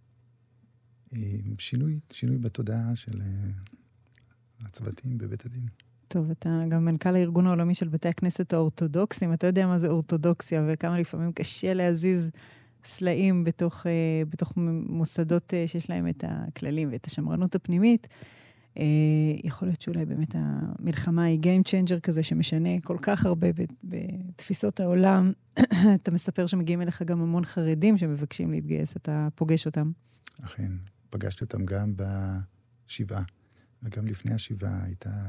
שינוי, שינוי בתודעה של הצוותים בבית הדין. טוב, אתה גם מנכ"ל הארגון העולמי של בתי הכנסת האורתודוקסים, אתה יודע מה זה אורתודוקסיה, וכמה לפעמים קשה להזיז סלעים בתוך, בתוך מוסדות שיש להם את הכללים ואת השמרנות הפנימית. יכול להיות שאולי באמת המלחמה היא game changer כזה שמשנה כל כך הרבה בתפיסות העולם. אתה מספר שמגיעים אליך גם המון חרדים שמבקשים להתגייס, אתה פוגש אותם. אכן, פגשתי אותם גם בשבעה, וגם לפני השבעה הייתה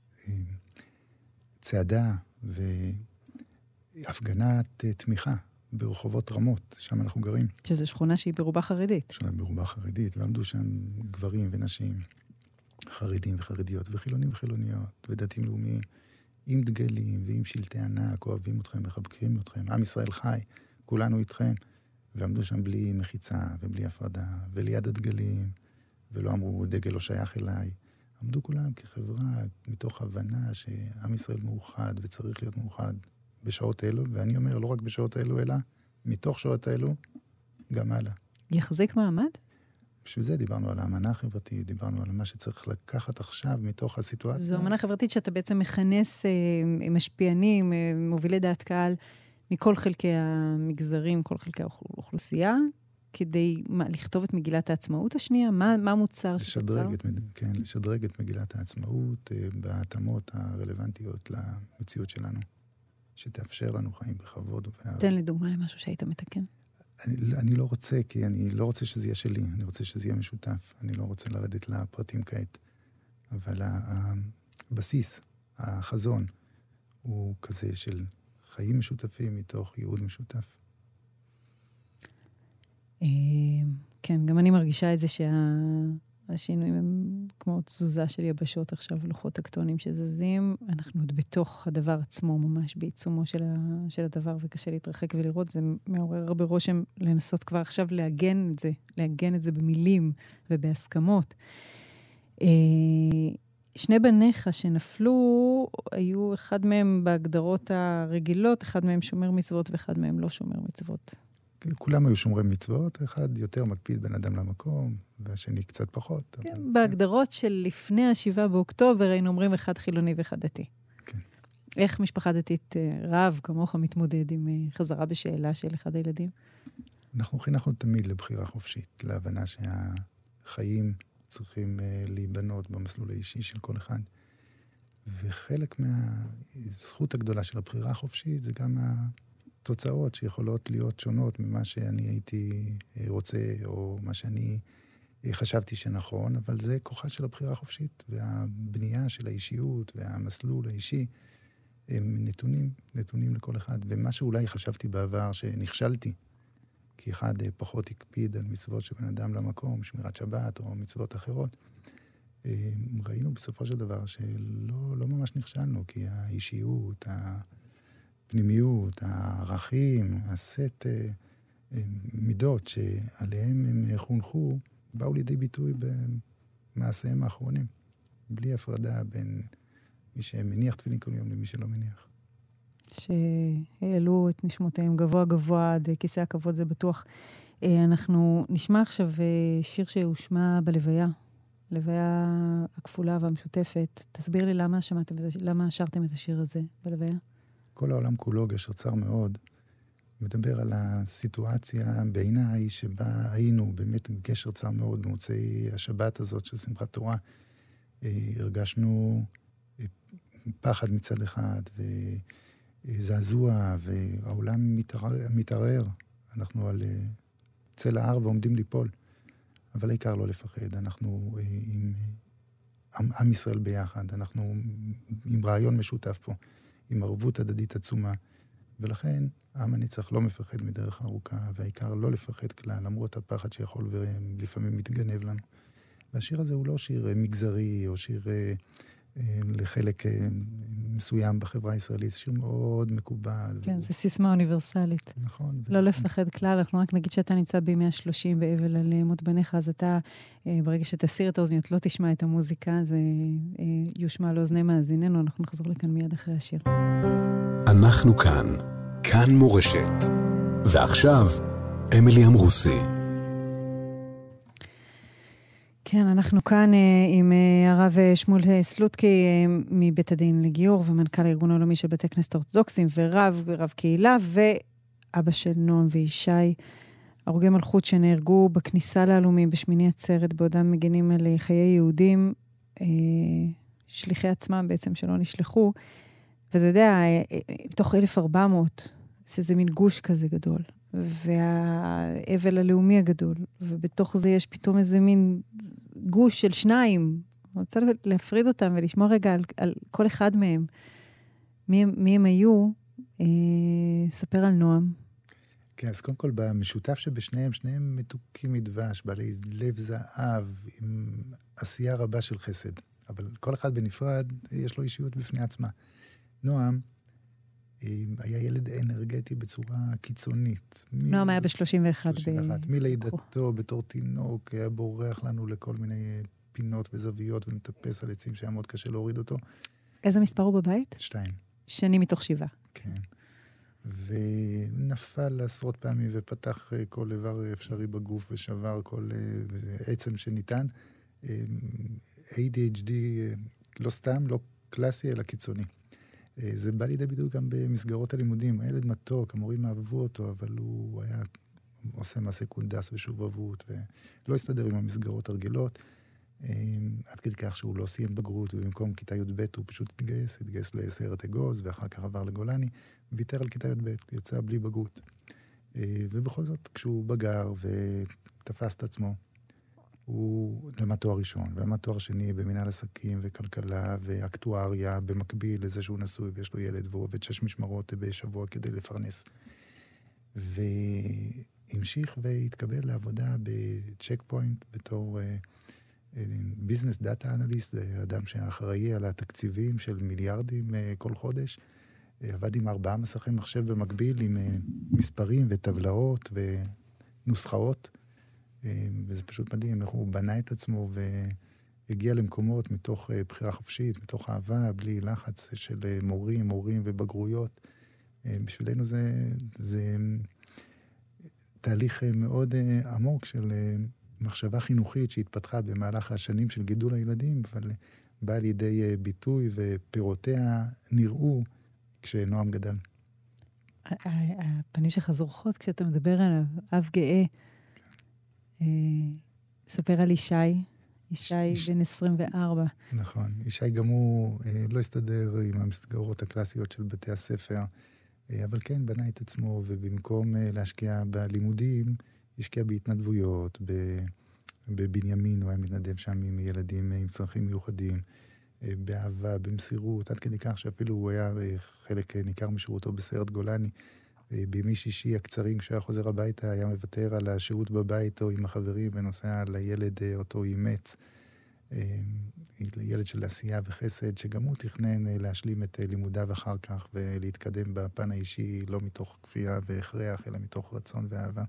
צעדה והפגנת תמיכה ברחובות רמות, שם אנחנו גרים. שזו שכונה שהיא ברובה חרדית. שכונה ברובה חרדית, ועמדו שם גברים ונשים, חרדים וחרדיות, וחילונים וחילוניות, ודתיים לאומיים, עם דגלים ועם שלטי ענק, אוהבים אתכם, מחבקים אתכם, עם ישראל חי, כולנו איתכם, ועמדו שם בלי מחיצה ובלי הפרדה, וליד הדגלים, ולא אמרו, דגל לא שייך אליי. עמדו כולם כחברה, מתוך הבנה שעם ישראל מאוחד וצריך להיות מאוחד בשעות אלו, ואני אומר, לא רק בשעות אלו, אלא מתוך שעות אלו, גם הלאה. יחזיק מעמד? בשביל זה דיברנו על האמנה החברתית, דיברנו על מה שצריך לקחת עכשיו מתוך הסיטואציה. זו אמנה חברתית שאתה בעצם מכנס אה, משפיענים, אה, מובילי דעת קהל, מכל חלקי המגזרים, כל חלקי האוכלוסייה, כדי מה, לכתוב את מגילת העצמאות השנייה? מה, מה המוצר שתוצר? את, כן, לשדרג את מגילת העצמאות אה, בהתאמות הרלוונטיות למציאות שלנו, שתאפשר לנו חיים בכבוד ובאהבה. תן לי דוגמה למשהו שהיית מתקן. אני, אני לא רוצה, כי אני לא רוצה שזה יהיה שלי, אני רוצה שזה יהיה משותף. אני לא רוצה לרדת לפרטים כעת. אבל הבסיס, החזון, הוא כזה של חיים משותפים מתוך ייעוד משותף. כן, גם אני מרגישה את זה שהשינויים הם כמו תזוזה של יבשות עכשיו, לוחות טקטוניים שזזים. אנחנו עוד בתוך הדבר עצמו, ממש בעיצומו של, ה, של הדבר, וקשה להתרחק ולראות. זה מעורר הרבה רושם לנסות כבר עכשיו להגן את זה, להגן את זה במילים ובהסכמות. שני בניך שנפלו, היו אחד מהם בהגדרות הרגילות, אחד מהם שומר מצוות ואחד מהם לא שומר מצוות. כולם היו שומרי מצוות, אחד יותר מקפיד בין אדם למקום, והשני קצת פחות. כן, אבל... בהגדרות של לפני השבעה באוקטובר, היינו אומרים אחד חילוני ואחד דתי. כן. איך משפחה דתית רב, כמוך, מתמודד עם חזרה בשאלה של אחד הילדים? אנחנו חינכנו תמיד לבחירה חופשית, להבנה שהחיים צריכים להיבנות במסלול האישי של כל אחד. וחלק מהזכות הגדולה של הבחירה החופשית, זה גם התוצאות שיכולות להיות שונות ממה שאני הייתי רוצה, או מה שאני חשבתי שנכון, אבל זה כוחה של הבחירה החופשית, והבנייה של האישיות והמסלול האישי, הם נתונים, נתונים לכל אחד. ומה שאולי חשבתי בעבר שנכשלתי, כי אחד פחות הקפיד על מצוות שבין אדם למקום, שמירת שבת או מצוות אחרות, ראינו בסופו של דבר שלא לא ממש נכשלנו, כי האישיות, הפנימיות, הערכים, הסט מידות שעליהם הם חונכו, באו לידי ביטוי במעשיהם האחרונים, בלי הפרדה בין מי שמניח תפילין כל יום למי שלא מניח. שהעלו את נשמותיהם גבוה גבוה עד כיסא הכבוד, זה בטוח. אנחנו נשמע עכשיו שיר שהושמע בלוויה, לוויה הכפולה והמשותפת. תסביר לי למה שמעתם, למה שרתם את השיר הזה בלוויה? כל העולם כולו, גשר צר מאוד, מדבר על הסיטואציה בעיניי שבה היינו באמת גשר צר מאוד במוצאי השבת הזאת של שמחת תורה. הרגשנו פחד מצד אחד וזעזוע, והעולם מתערער, מתערער. אנחנו על צל ההר ועומדים ליפול. אבל העיקר לא לפחד. אנחנו עם עם, עם ישראל ביחד. אנחנו עם רעיון משותף פה, עם ערבות הדדית עצומה. ולכן העם הנצח לא מפחד מדרך ארוכה, והעיקר לא לפחד כלל, למרות הפחד שיכול ולפעמים מתגנב לנו. והשיר הזה הוא לא שיר מגזרי, או שיר לחלק מסוים בחברה הישראלית, שיר מאוד מקובל. כן, זה סיסמה אוניברסלית. נכון. לא לפחד כלל, אנחנו רק נגיד שאתה נמצא ב-מאה ושלושים באבל על מות בניך, אז אתה, ברגע שתסיר את האוזניות, לא תשמע את המוזיקה, זה יושמע לאוזני מאזיננו, אנחנו נחזור לכאן מיד אחרי השיר. אנחנו כאן, כאן מורשת. ועכשיו, אמילי אמרוסי. כן, אנחנו כאן אה, עם אה, הרב שמואל סלוטקי אה, מבית הדין לגיור, ומנכ"ל הארגון העולמי של בתי כנסת האורתודוקסים, ורב, ורב קהילה, ואבא של נועם וישי, הרוגי מלכות שנהרגו בכניסה להלומים בשמיני עצרת, בעודם מגנים על חיי יהודים, אה, שליחי עצמם בעצם שלא נשלחו, ואתה יודע, אה, אה, תוך אלף וארבע מאות, שזה מין גוש כזה גדול. והאבל הלאומי הגדול, ובתוך זה יש פתאום איזה מין גוש של שניים. אני רוצה להפריד אותם ולשמוע רגע על, על כל אחד מהם. מי, מי הם היו? אה, ספר על נועם. כן, אז קודם כל, במשותף שבשניהם, שניהם מתוקים מדבש, בעלי לב זהב, עם עשייה רבה של חסד. אבל כל אחד בנפרד, יש לו אישיות בפני עצמה. נועם היה ילד אנרגטי בצורה קיצונית. נועם היה ב-שלושים ואחת. מלידתו, בתור תינוק, היה בורח לנו לכל מיני פינות וזוויות, ומטפס על עצים שהיה מאוד קשה להוריד אותו. איזה מספר הוא בבית? שתיים. שני מתוך שבעה. כן. ונפל עשרות פעמים ופתח כל איבר אפשרי בגוף ושבר כל עצם שניתן. איי די אייץ' די לא סתם, לא קלאסי, אלא קיצוני. זה בא לידי ביטוי גם במסגרות הלימודים. הילד מתוק, המורים אהבו אותו, אבל הוא היה עושה מעשה קונדס ושובבות, ולא הסתדר עם המסגרות הרגילות. עד כדי כך שהוא לא סיים בגרות, ובמקום כיתה י' ב' הוא פשוט התגייס, התגייס לסיירת אגוז, ואחר כך עבר לגולני, ויתר על כיתה י' ב', יצא בלי בגרות. ובכל זאת, כשהוא בגר ותפס את עצמו, הוא למד תואר ראשון, ולמד תואר שני במנהל עסקים וכלכלה ואקטואריה, במקביל לזה שהוא נשוי ויש לו ילד, והוא עובד שש משמרות בשבוע כדי לפרנס. והמשיך והתקבל לעבודה בצ'ק פוינט בתור ביזנס דאטה אנליסט, זה אדם שאחראי על התקציבים של מיליארדים כל חודש. עבד עם ארבעה מסכי מחשב במקביל, עם מספרים וטבלאות ונוסחאות. וזה פשוט מדהים, איך הוא בנה את עצמו והגיע למקומות מתוך בחירה חופשית, מתוך אהבה, בלי לחץ של מורים, מורים ובגרויות. בשבילנו זה, זה תהליך מאוד עמוק של מחשבה חינוכית שהתפתחה במהלך השנים של גידול הילדים, אבל באה לידי ביטוי ופירותיה נראו כשנועם גדל. הפנים שלך זורחות כשאתה מדבר עליו, אב גאה. ספר על ישי, ישי בן עשרים וארבע. נכון, ישי גם הוא לא הסתדר עם המסגרות הקלאסיות של בתי הספר, אבל כן בנה את עצמו, ובמקום להשקיע בלימודים, השקיע בהתנדבויות, בבנימין, הוא היה מתנדב שם עם ילדים עם צרכים מיוחדים, באהבה, במסירות, עד כדי כך שאפילו הוא היה חלק ניכר משורותו בסיירת גולני, בימי שישי הקצרים, כשהיה חוזר הביתה, היה מוותר על השהות בבית או עם החברים, ונוסע לילד אותו אימץ, ילד של עשייה וחסד, שגם הוא תכנן להשלים את לימודיו אחר כך, ולהתקדם בפן האישי, לא מתוך כפייה והכרח, אלא מתוך רצון ואהבה.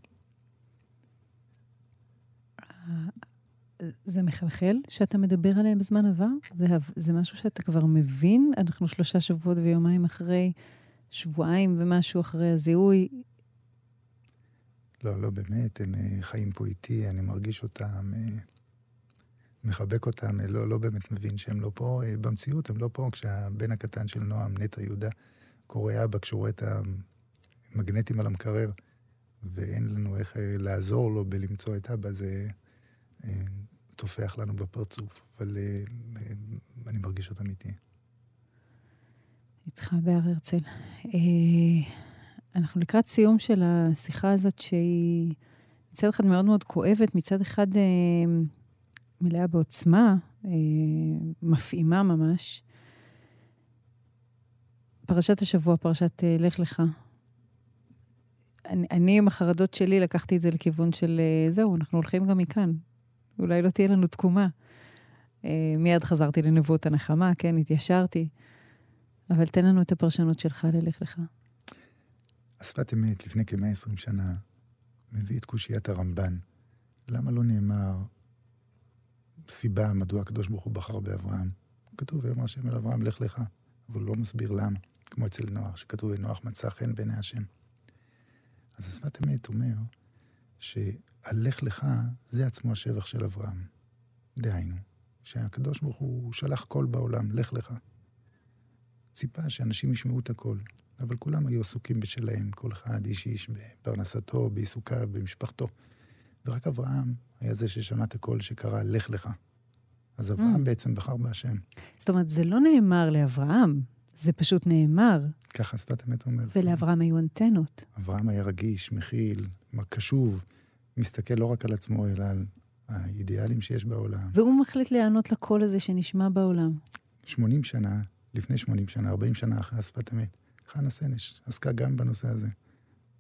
זה מחלחל שאתה מדבר עליהם בזמן עבר? זה, זה משהו שאתה כבר מבין? אנחנו שלושה שבועות ויומיים אחרי, שבועיים ומשהו אחרי הזיהוי. לא, לא באמת, הם חיים פה איתי, אני מרגיש אותם, מחבק אותם, לא, לא באמת מבין שהם לא פה. במציאות הם לא פה, כשהבן הקטן של נועם, נטע יהודה, קורא אבא, כשהוא רואה את המגנטים על המקרר, ואין לנו איך לעזור לו בלמצוא את אבא, זה תופח לנו בפרצוף, אבל אני מרגיש אותם איתי. איתך בהר הרצל. אנחנו לקראת סיום של השיחה הזאת, שהיא מצד אחד מאוד מאוד כואבת, מצד אחד מלאה בעוצמה, מפעימה ממש. פרשת השבוע, פרשת לך לך. אני, אני עם החרדות שלי לקחתי את זה לכיוון של זהו, אנחנו הולכים גם מכאן. אולי לא תהיה לנו תקומה. מיד חזרתי לנבואות הנחמה, כן, התיישרתי. אבל תן לנו את הפרשנות שלך ללך לך. השפת אמת, לפני כ-מאה ועשרים שנה, מביא את קושיית הרמב"ן. למה לא נאמר סיבה מדוע הקדוש ברוך הוא בחר באברהם? כתוב, ויאמר השם אל אברהם, לך לך. אבל הוא לא מסביר למה, כמו אצל נוח, שכתוב, ונוח מצא חן בעיני השם. אז השפת אמת אומר, שהלך לך זה עצמו השבח של אברהם. דהיינו, שהקדוש ברוך הוא שלח קול בעולם, לך לך. ציפה שאנשים ישמעו את הכל, אבל כולם היו עסוקים בשלהם, כל אחד איש איש בפרנסתו, בעיסוקיו, במשפחתו. ורק אברהם היה זה ששמע את הכל שקרא, לך לך. אז אברהם mm. בעצם בחר בהשם. זאת אומרת, זה לא נאמר לאברהם, זה פשוט נאמר. ככה שפת אמת אומר. ולאברהם היו אנטנות. אברהם היה רגיש, מכיל, קשוב, מסתכל לא רק על עצמו, אלא על האידיאלים שיש בעולם. והוא מחליט לענות לקול הזה שנשמע בעולם. שמונים שנה, לפני שמונים שנה, ארבעים שנה אחרי השפת אמת, חנה סנש עסקה גם בנושא הזה.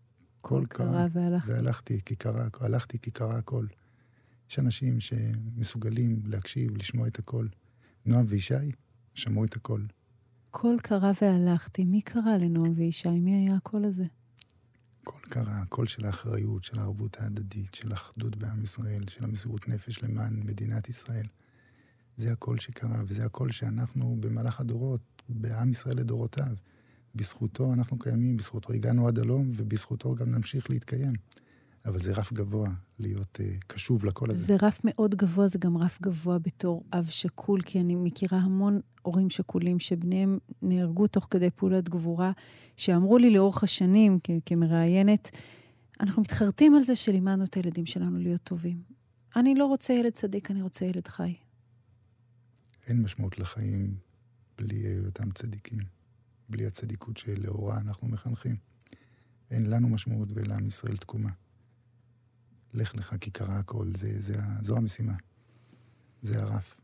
קול קרא והלכתי. והלכתי כי קרא, הלכתי כי קרא הכל. יש אנשים שמסוגלים להקשיב, לשמוע את הכל. נועם וישי שמעו את הכל. קול קרא והלכתי. מי קרא לנועם וישי? מי היה הקול הזה? קול קרא, הקול של האחריות, של הערבות ההדדית, של האחדות בעם ישראל, של המסירות נפש למען מדינת ישראל. זה הקול שקרה, וזה הקול שאנחנו במהלך הדורות, בעם ישראל לדורותיו. בזכותו אנחנו קיימים, בזכותו הגענו עד הלום, ובזכותו גם נמשיך להתקיים. אבל זה רף גבוה להיות uh, קשוב לקול הזה. זה רף מאוד גבוה, זה גם רף גבוה בתור אב שקול, כי אני מכירה המון הורים שקולים שבניהם נהרגו תוך כדי פעולת גבורה, שאמרו לי לאורך השנים כ- כמראיינת, אנחנו מתחרטים על זה שלימדנו את הילדים שלנו להיות טובים. אני לא רוצה ילד צדיק, אני רוצה ילד חי. אין משמעות לחיים בלי אותם צדיקים, בלי הצדיקות שלאורה אנחנו מחנכים. אין לנו משמעות ולעם ישראל תקומה. לך לך כי קרא הכל, זה, זה, זו המשימה. זה הרף.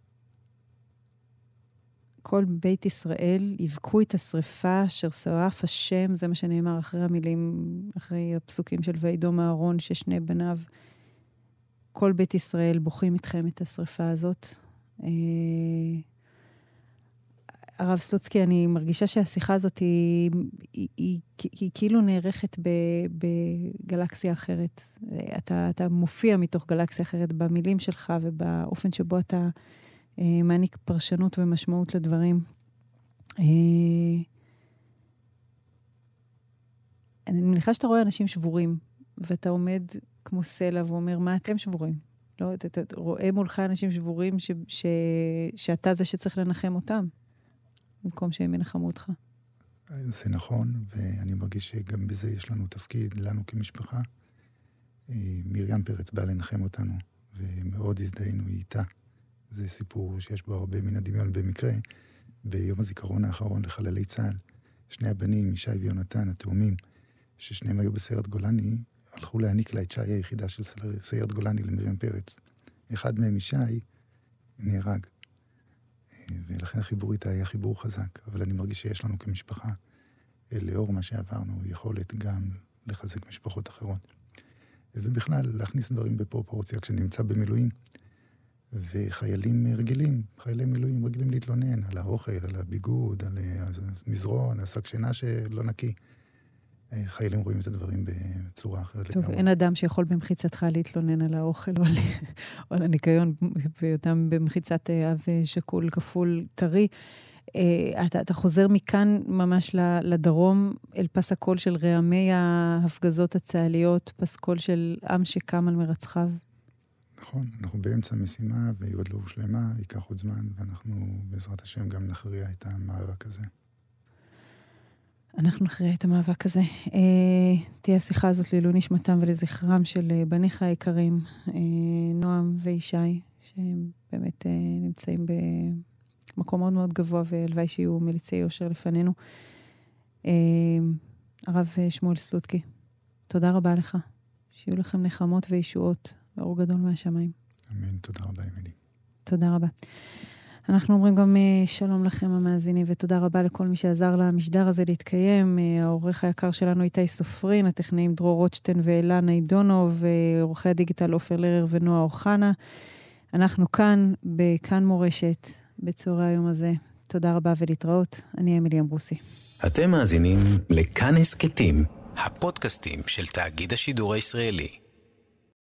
כל בית ישראל יבכו את השריפה אשר שרף השם, זה מה שנאמר אחרי המילים, אחרי הפסוקים של וידום אהרון, ששני בניו, כל בית ישראל בוכים איתכם את השריפה הזאת. הרב סלוצקי, אני מרגישה שהשיחה הזאת היא, היא, היא, היא כאילו נערכת ב, בגלקסיה אחרת. אתה, אתה מופיע מתוך גלקסיה אחרת במילים שלך ובאופן שבו אתה אה, מעניק פרשנות ומשמעות לדברים. אה, אני מניחה שאתה רואה אנשים שבורים, ואתה עומד כמו סלע ואומר, מה אתם שבורים? לא, אתה, אתה רואה מולך אנשים שבורים ש, ש, שאתה זה שצריך לנחם אותם. במקום שהם ינחמו אותך. זה נכון, ואני מרגיש שגם בזה יש לנו תפקיד, לנו כמשפחה. מרים פרץ באה לנחם אותנו, ומאוד הזדהינו איתה. זה סיפור שיש בו הרבה מן הדמיון. במקרה, ביום הזיכרון האחרון לחללי צה"ל, שני הבנים, ישי ויונתן, התאומים, ששניהם היו בסיירת גולני, הלכו להעניק לה את שי היחידה של סיירת גולני למרים פרץ. אחד מהם, ישי, נהרג. ולכן החיבור איתה היה חיבור חזק, אבל אני מרגיש שיש לנו כמשפחה, לאור מה שעברנו, יכולת גם לחזק משפחות אחרות. ובכלל, להכניס דברים בפרופורציה, כשנמצא במילואים, וחיילים רגילים, חיילי מילואים רגילים להתלונן על האוכל, על הביגוד, על המזרון, על השק שינה שלא נקי. חיילים רואים את הדברים בצורה אחרת. טוב, אין אדם שיכול במחיצתך להתלונן על האוכל או על, או על הניקיון, ואותם במחיצת אב שקול כפול טרי. אתה, אתה חוזר מכאן ממש לדרום, אל פס הקול של רעמי ההפגזות הצהליות, פס קול של עם שקם על מרצחיו. נכון, אנחנו באמצע משימה, והיא עוד לא הושלמה, ייקח עוד זמן, ואנחנו בעזרת השם גם נכריע את המאבק הזה. אנחנו נכריע את המאבק הזה. אה, תהיה השיחה הזאת לעילוי נשמתם ולזכרם של בניך היקרים, אה, נועם וישי, שהם באמת אה, נמצאים במקום מאוד מאוד גבוה, והלוואי שיהיו מליצי יושר לפנינו. אה, הרב שמואל סלוטקי, תודה רבה לך. שיהיו לכם נחמות וישועות, ואור גדול מהשמיים. אמן, תודה רבה, אמילי. תודה רבה. אנחנו אומרים גם שלום לכם המאזינים, ותודה רבה לכל מי שעזר למשדר הזה להתקיים. העורך היקר שלנו איתי סופרין, הטכנאים דרור רוטשטיין ואילנה עידונוב, ועורכי הדיגיטל עופר לרר ונועה אוחנה. אנחנו כאן, בכאן מורשת, בצהרי היום הזה. תודה רבה ולהתראות. אני אמילי אמברוסי. אתם מאזינים לכאן הסכתים, הפודקאסטים של תאגיד השידור הישראלי.